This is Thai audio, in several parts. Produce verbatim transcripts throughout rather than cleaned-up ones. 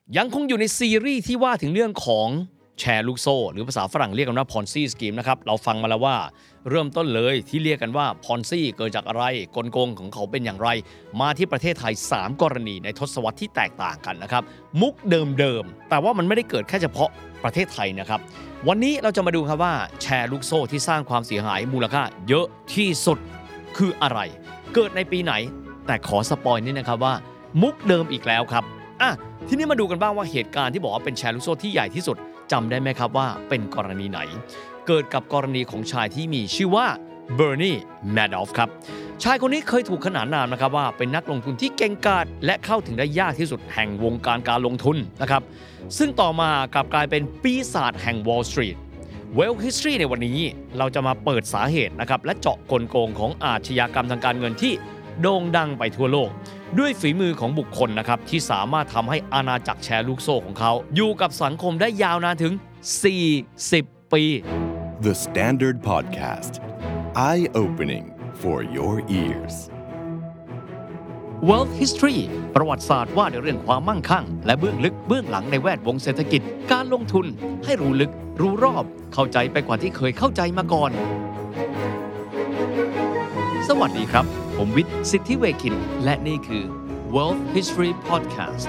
ยังคงอยู่ในซีรีส์ที่ว่าถึงเรื่องของแชร์ลูกโซ่หรือภาษาฝรั่งเรียกกันว่า Ponzi Scheme นะครับเราฟังมาแล้วว่าเริ่มต้นเลยที่เรียกกันว่า Ponzi เกิดจากอะไรกลโกงของเขาเป็นอย่างไรมาที่ประเทศไทยสามกรณีในทศวรรษที่แตกต่างกันนะครับมุกเดิมๆแต่ว่ามันไม่ได้เกิดแค่เฉพาะประเทศไทยนะครับวันนี้เราจะมาดูครับว่าแชร์ลูกโซ่ที่สร้างความเสียหายมูลค่าเยอะที่สุดคืออะไรเกิดในปีไหนแต่ขอสปอยนิดนะครับว่ามุกเดิมอีกแล้วครับอ่ะทีนี้มาดูกันบ้างว่าเหตุการณ์ที่บอกว่าเป็นแชร์ลูกโซ่ที่ใหญ่ที่สุดจำได้ไหมครับว่าเป็นกรณีไหนเกิดกับกรณีของชายที่มีชื่อว่าเบอร์นีแมดอฟครับชายคนนี้เคยถูกขนานนามนะครับว่าเป็นนักลงทุนที่เก่งกาจและเข้าถึงได้ยากที่สุดแห่งวงการการลงทุนนะครับซึ่งต่อมากลับกลายเป็นปีศาจแห่ง Wall Street Wealth History ในวันนี้เราจะมาเปิดสาเหตุนะครับและเจาะกลโกงของอาชญากรรมทางการเงินที่โด่งดังไปทั่วโลกด้วยฝีมือของบุคคลนะครับที่สามารถทำให้อาณาจักรแชร์ลูกโซ่ของเขาอยู่กับสังคมได้ยาวนานถึงสี่สิบปี The Standard Podcast Eye-opening for your ears Wealth History ประวัติศาสตร์ว่าในเรื่องความมั่งคั่งและเบื้องลึกเบื้องหลังในแวดวงเศรษฐกิจการลงทุนให้รู้ลึกรู้รอบเข้าใจไปกว่าที่เคยเข้าใจมาก่อนสวัสดีครับผมวิทย์สิทธิเวคินและนี่คือ Wealth History Podcast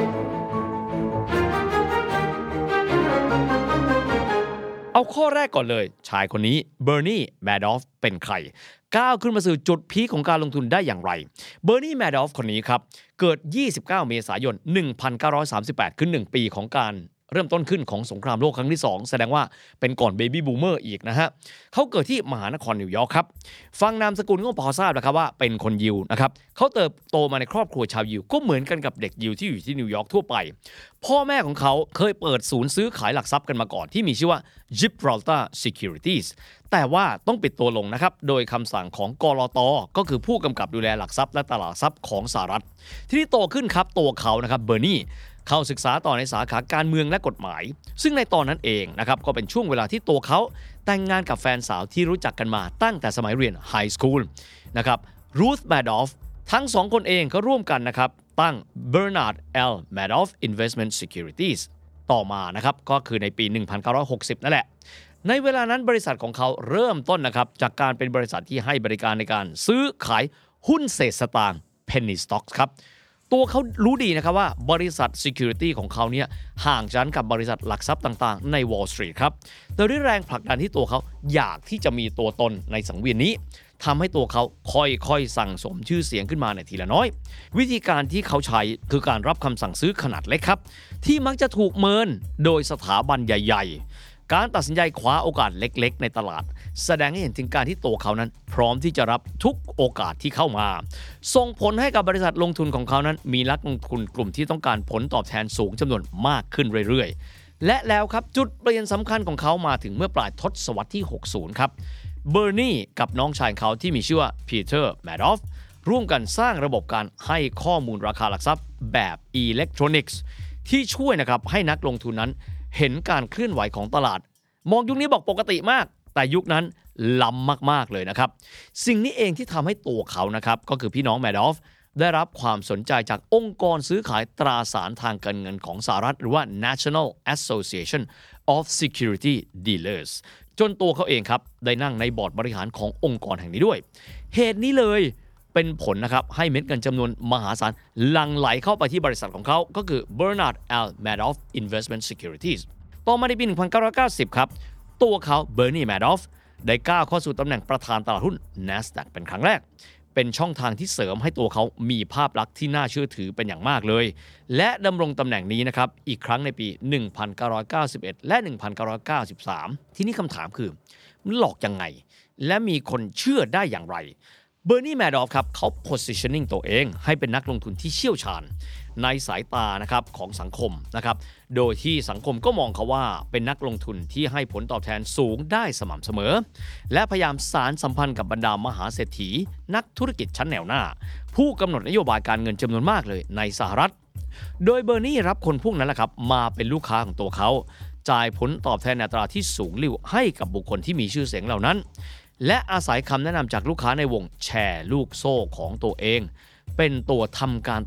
เอาข้อแรกก่อนเลยชายคนนี้เบอร์นีแมดอฟเป็นใครก้าวขึ้นมาสู่จุดพีคของการลงทุนได้อย่างไรเบอร์นีแมดอฟคนนี้ครับเกิดยี่สิบเก้าเมษายนหนึ่งพันเก้าร้อยสามสิบแปดคือหนึ่งปีของการเริ่มต้นขึ้นของสงครามโลกครั้งที่สองแสดงว่าเป็นก่อนเบบี้บูมเมอร์อีกนะฮะเขาเกิดที่มหานครนิวยอร์กครับฟังนามสกุลก็พอทราบนะครับว่าเป็นคนยิวนะครับเขาเติบโตมาในครอบครัวชาวยิวก็เหมือนกันกับเด็กยิวที่อยู่ที่นิวยอร์กทั่วไปพ่อแม่ของเขาเคยเปิดศูนย์ซื้อขายหลักทรัพย์กันมาก่อนที่มีชื่อว่า Gibraltar Securities แต่ว่าต้องปิดตัวลงนะครับโดยคำสั่งของกลต.ก็คือผู้กำกับดูแลหลักทรัพย์และตลาดทรัพย์ของสหรัฐที่นี่โตขึ้นครับตัวเขานะครับเบอร์นีเข้าศึกษาต่อในสาขาการเมืองและกฎหมายซึ่งในตอนนั้นเองนะครับก็เป็นช่วงเวลาที่ตัวเขาแต่งงานกับแฟนสาวที่รู้จักกันมาตั้งแต่สมัยเรียนไฮสคูลนะครับรูธแมดอฟทั้งสองคนเองก็ร่วมกันนะครับตั้ง Bernard L Madoff Investment Securities ต่อมานะครับก็คือในปีหนึ่งพันเก้าร้อยหกสิบนั่นแหละในเวลานั้นบริษัทของเขาเริ่มต้นนะครับจากการเป็นบริษัทที่ให้บริการในการซื้อขายหุ้นเศษสตางค์ Penny Stocks ครับตัวเขารู้ดีนะครับว่าบริษัท Security ของเขาเนี่ยห่างชั้นกับบริษัทหลักทรัพย์ต่างๆใน Wall Street ครับแต่ด้วยแรงผลักดันที่ตัวเขาอยากที่จะมีตัวตนในสังเวียนนี้ทำให้ตัวเขาค่อยๆสั่งสมชื่อเสียงขึ้นมาในทีละน้อยวิธีการที่เขาใช้คือการรับคำสั่งซื้อขนาดเล็กครับที่มักจะถูกเมินโดยสถาบันใหญ่ๆการตัดสินใจคว้าโอกาสเล็กๆในตลาดแสดงให้เห็นถึงการที่ตัวเขานั้นพร้อมที่จะรับทุกโอกาสที่เข้ามาส่งผลให้กับบริษัทลงทุนของเขานั้นมีนักลงทุนกลุ่มที่ต้องการผลตอบแทนสูงจำนวนมากขึ้นเรื่อยๆและแล้วครับจุดเปลี่ยนสำคัญของเขามาถึงเมื่อปลายทศวรรษที่หกสิบครับเบอร์นีกับน้องชายเขาที่มีชื่อว่าปีเตอร์แมดอฟร่วมกันสร้างระบบการให้ข้อมูลราคาหลักทรัพย์แบบอิเล็กทรอนิกส์ที่ช่วยนะครับให้นักลงทุนนั้นเห็นการเคลื่อนไหวของตลาดมองยุคนี้บอกปกติมากแต่ยุคนั้นล้ำมากๆเลยนะครับสิ่งนี้เองที่ทำให้ตัวเขานะครับก็คือพี่น้องแมดอฟได้รับความสนใจจากองค์กรซื้อขายตราสารทางการเงินของสหรัฐหรือว่า National Association of Security Dealers จนตัวเขาเองครับได้นั่งในบอร์ดบริหารขององค์กรแห่งนี้ด้วยเหตุนี้เลยเป็นผลนะครับให้เม็ดเงินจำนวนมหาศาลหลั่งไหลเข้าไปที่บริษัทของเขาก็คือ Bernard L Madoff Investment Securitiesต่อมาในปีหนึ่งพันเก้าร้อยเก้าสิบครับตัวเขาเบอร์นีแมดอฟได้ก้าวเข้าสู่ตำแหน่งประธานตลาดหุ้น NASDAQ เป็นครั้งแรกเป็นช่องทางที่เสริมให้ตัวเขามีภาพลักษณ์ที่น่าเชื่อถือเป็นอย่างมากเลยและดำรงตำแหน่งนี้นะครับอีกครั้งในปีหนึ่งพันเก้าร้อยเก้าสิบเอ็ดและหนึ่งพันเก้าร้อยเก้าสิบสามที่นี่คำถามคือมันหลอกยังไงและมีคนเชื่อได้อย่างไรเบอร์นีแมดอฟครับเขา positioning ตัวเองให้เป็นนักลงทุนที่เชี่ยวชาญในสายตานะครับของสังคมนะครับโดยที่สังคมก็มองเขาว่าเป็นนักลงทุนที่ให้ผลตอบแทนสูงได้สม่ำเสมอและพยายามสานสัมพันธ์กับบรรดามหาเศรษฐีนักธุรกิจชั้นแนวหน้าผู้กำหนดนโยบายการเงินจำนวนมากเลยในสหรัฐโดยเบอร์นีรับคนพวกนั้นแหละครับมาเป็นลูกค้าของตัวเขาจ่ายผลตอบแทนอัตราที่สูงลิ่วให้กับบุคคลที่มีชื่อเสียงเหล่านั้นและอาศัยคำแนะนำจากลูกค้าในวงแชร์ลูกโซ่ของตัวเองเป็นตัวทำการตลาด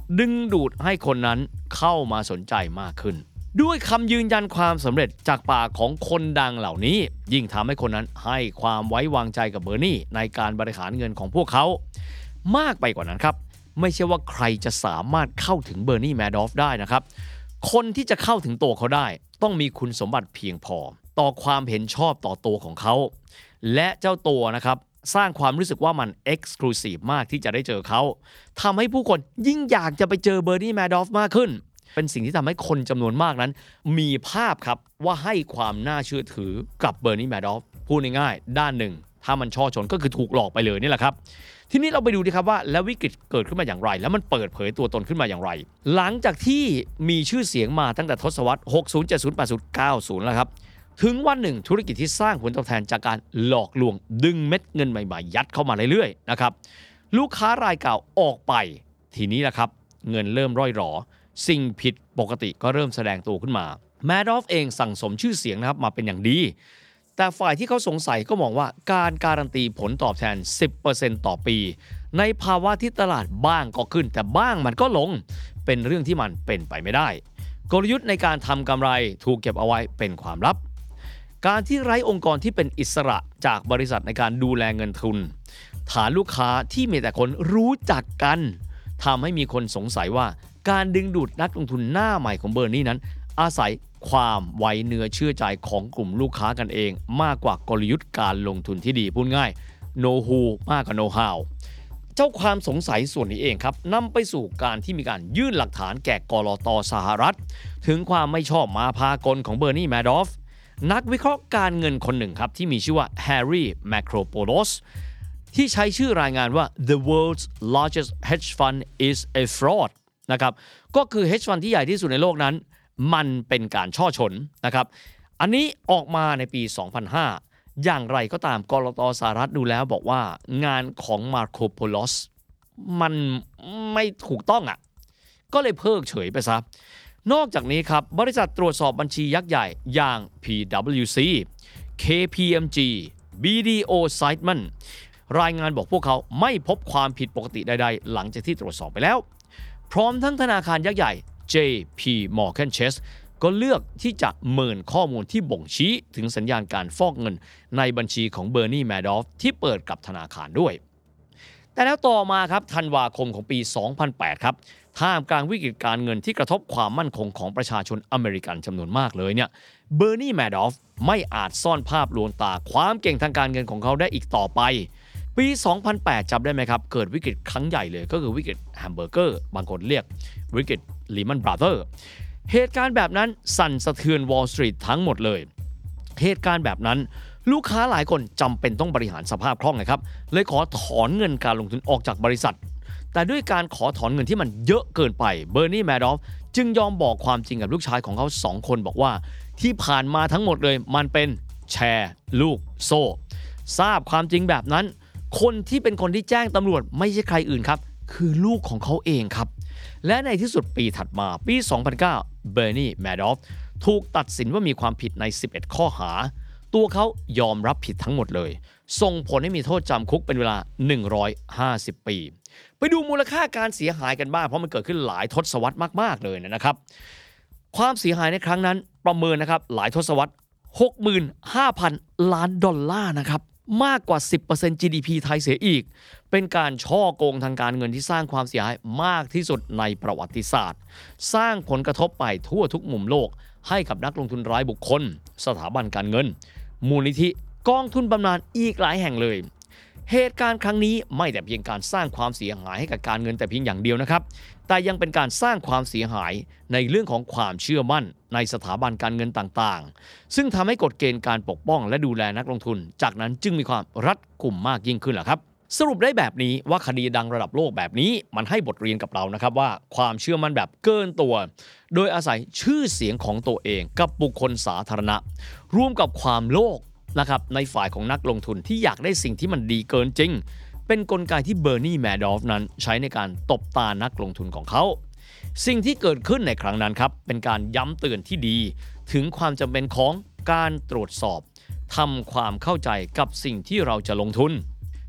ดึงดูดให้คนนั้นเข้ามาสนใจมากขึ้นด้วยคำยืนยันความสำเร็จจากปากของคนดังเหล่านี้ยิ่งทำให้คนนั้นให้ความไว้วางใจกับเบอร์นีในการบริหารเงินของพวกเขามากไปกว่านั้นครับไม่ใช่ว่าใครจะสามารถเข้าถึงเบอร์นีแมดอฟได้นะครับคนที่จะเข้าถึงตัวเขาได้ต้องมีคุณสมบัติเพียงพอต่อความเห็นชอบต่อตัวของเขาและเจ้าตัวนะครับสร้างความรู้สึกว่ามัน Exclusive มากที่จะได้เจอเขาทำให้ผู้คนยิ่งอยากจะไปเจอเบอร์นีแมดอฟมากขึ้นเป็นสิ่งที่ทำให้คนจำนวนมากนั้นมีภาพครับว่าให้ความน่าเชื่อถือกับเบอร์นีแมดอฟพูดง่ายๆด้านหนึ่งถ้ามันช่อชนก็คือถูกหลอกไปเลยนี่แหละครับทีนี้เราไปดูดีครับว่าแล้ววิกฤตเกิดขึ้นมาอย่างไรแล้วมันเปิดเผยตัวตนขึ้นมาอย่างไรหลังจากที่มีชื่อเสียงมาตั้งแต่ทศวรรษหกสิบ เจ็ดสิบ แปดสิบ เก้าสิบแล้วครับถึงวันหนึ่งธุรกิจที่สร้างผลตอบแทนจากการหลอกลวงดึงเม็ดเงินใหม่ๆยัดเข้ามาเรื่อยๆนะครับลูกค้ารายเก่าออกไปทีนี้แหละครับเงินเริ่มร่อยหรอสิ่งผิดปกติก็เริ่มแสดงตัวขึ้นมาแมดอฟเองสั่งสมชื่อเสียงนะครับมาเป็นอย่างดีแต่ฝ่ายที่เขาสงสัยก็มองว่าการการันตีผลตอบแทน สิบเปอร์เซ็นต์ ต่อปีในภาวะที่ตลาดบ้างก็ขึ้นแต่บ้างมันก็ลงเป็นเรื่องที่มันเป็นไปไม่ได้กลยุทธ์ในการทำกำไรถูกเก็บเอาไว้เป็นความลับการที่ไร้องค์กรที่เป็นอิสระจากบริษัทในการดูแลเงินทุนฐานลูกค้าที่มีแต่คนรู้จักกันทำให้มีคนสงสัยว่าการดึงดูดนักลงทุนหน้าใหม่ของเบอร์นี่นั้นอาศัยความไว้เนื้อเชื่อใจของกลุ่มลูกค้ากันเองมากกว่ากลยุทธ์การลงทุนที่ดีพูดง่าย know who มากกว่า know how เจ้าความสงสัยส่วนนี้เองครับนำไปสู่การที่มีการยื่นหลักฐานแก่กลต.สหรัฐถึงความไม่ชอบมาพากลของเบอร์นีแมดอฟนักวิเคราะห์การเงินคนหนึ่งครับที่มีชื่อว่าแฮร์รี่แมคโครโปโลสที่ใช้ชื่อรายงานว่า the world's largest hedge fund is a fraud นะครับก็คือ hedge fund ที่ใหญ่ที่สุดในโลกนั้นมันเป็นการช่อฉนนะครับอันนี้ออกมาในปี สองพันห้า อย่างไรก็ตามกลต.สหรัฐดูแล้วบอกว่างานของมาร์โคโพโลสมันไม่ถูกต้องอ่ะก็เลยเพิกเฉยไปซะนอกจากนี้ครับบริษัทตรวจสอบบัญชียักษ์ใหญ่อย่าง พี ดับเบิลยู ซี เค พี เอ็ม จี บี ดี โอ Seidman รายงานบอกพวกเขาไม่พบความผิดปกติใดๆหลังจากที่ตรวจสอบไปแล้วพร้อมทั้งธนาคารยักษ์ใหญ่ เจ พี Morgan Chase ก็เลือกที่จะเมินข้อมูลที่บ่งชี้ถึงสัญญาณการฟอกเงินในบัญชีของเบอร์นีแมดอฟที่เปิดกับธนาคารด้วยแต่แล้วต่อมาครับธันวาคมของปี สองพันแปด ครับท่ามกลางวิกฤตการเงินที่กระทบความมั่นคงของประชาชนอเมริกันจำนวนมากเลยเนี่ยเบอร์นีแมดอฟไม่อาจซ่อนภาพลวงตาความเก่งทางการเงินของเขาได้อีกต่อไปปี สองพันแปด จำได้ไหมครับเกิดวิกฤตครั้งใหญ่เลยก็คือวิกฤตแฮมเบอร์เกอร์บางคนเรียกวิกฤตลีแมนบราเธอร์เหตุการณ์แบบนั้นสั่นสะเทือนวอลล์สตรีททั้งหมดเลยเหตุการณ์แบบนั้นลูกค้าหลายคนจำเป็นต้องบริหารสภาพคล่องนะครับเลยขอถอนเงินการลงทุนออกจากบริษัทแต่ด้วยการขอถอนเงินที่มันเยอะเกินไปเบอร์นีแมดอฟจึงยอมบอกความจริงกับลูกชายของเขาสองคนบอกว่าที่ผ่านมาทั้งหมดเลยมันเป็นแชร์ลูกโซ่ทราบความจริงแบบนั้นคนที่เป็นคนที่แจ้งตำรวจไม่ใช่ใครอื่นครับคือลูกของเขาเองครับและในที่สุดปีถัดมาปี สองพันเก้า เบอร์นีแมดอฟถูกตัดสินว่ามีความผิดใน สิบเอ็ด ข้อหาตัวเขายอมรับผิดทั้งหมดเลยส่งผลให้มีโทษจำคุกเป็นเวลาหนึ่งร้อยห้าสิบปีไปดูมูลค่าการเสียหายกันบ้างเพราะมันเกิดขึ้นหลายทศวรรษมากๆเลยนะครับความเสียหายในครั้งนั้นประเมินนะครับหลายทศวรรษ หกหมื่นห้าพัน ล้านดอลลาร์นะครับมากกว่า สิบเปอร์เซ็นต์ จี ดี พี ไทยเสียอีกเป็นการช่อโกงทางการเงินที่สร้างความเสียหายมากที่สุดในประวัติศาสตร์สร้างผลกระทบไปทั่วทุกมุมโลกให้กับนักลงทุนรายบุคคลสถาบันการเงินมูลนิธิกองทุนบำนาญอีกหลายแห่งเลยเหตุการณ์ครั้งนี้ไม่แต่เพียงการสร้างความเสียหายให้กับการเงินแต่เพียงอย่างเดียวนะครับแต่ยังเป็นการสร้างความเสียหายในเรื่องของความเชื่อมั่นในสถาบันการเงินต่างๆซึ่งทำให้กฎเกณฑ์การปกป้องและดูแลนักลงทุนจากนั้นจึงมีความรัดกุมมากยิ่งขึ้นแหละครับสรุปได้แบบนี้ว่าคดีดังระดับโลกแบบนี้มันให้บทเรียนกับเรานะครับว่าความเชื่อมั่นแบบเกินตัวโดยอาศัยชื่อเสียงของตัวเองกับบุคคลสาธารณะร่วมกับความโลภนะครับในฝ่ายของนักลงทุนที่อยากได้สิ่งที่มันดีเกินจริงเป็นกลไกที่เบอร์นีแมดอฟนั้นใช้ในการตบตานักลงทุนของเขาสิ่งที่เกิดขึ้นในครั้งนั้นครับเป็นการย้ำเตือนที่ดีถึงความจำเป็นของการตรวจสอบทำความเข้าใจกับสิ่งที่เราจะลงทุน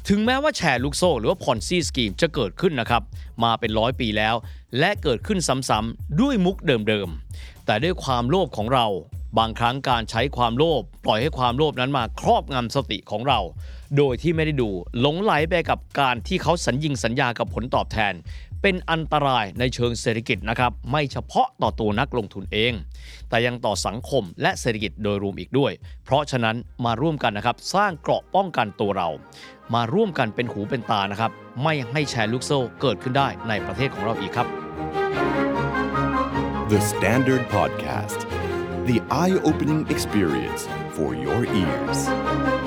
ถึงแม้ว่าแชร์ลูกโซ่หรือว่าพอนซี่สกีมจะเกิดขึ้นนะครับมาเป็นร้อยปีแล้วและเกิดขึ้นซ้ำๆด้วยมุกเดิมๆแต่ด้วยความโลภของเราบางครั้งการใช้ความโลภปล่อยให้ความโลภนั้นมาครอบงำสติของเราโดยที่ไม่ได้ดูหลงไหลไปกับการที่เขาสัญญิงสัญญากับผลตอบแทนเป็นอันตรายในเชิงเศรษฐกิจนะครับไม่เฉพาะต่อตัวนักลงทุนเองแต่ยังต่อสังคมและเศรษฐกิจโดยรวมอีกด้วยเพราะฉะนั้นมาร่วมกันนะครับสร้างเกราะป้องกันตัวเรามาร่วมกันเป็นหูเป็นตานะครับไม่ให้แชร์ลูกโซ่เกิดขึ้นได้ในประเทศของเราอีกครับ The Standard Podcast The eye-opening experience for your ears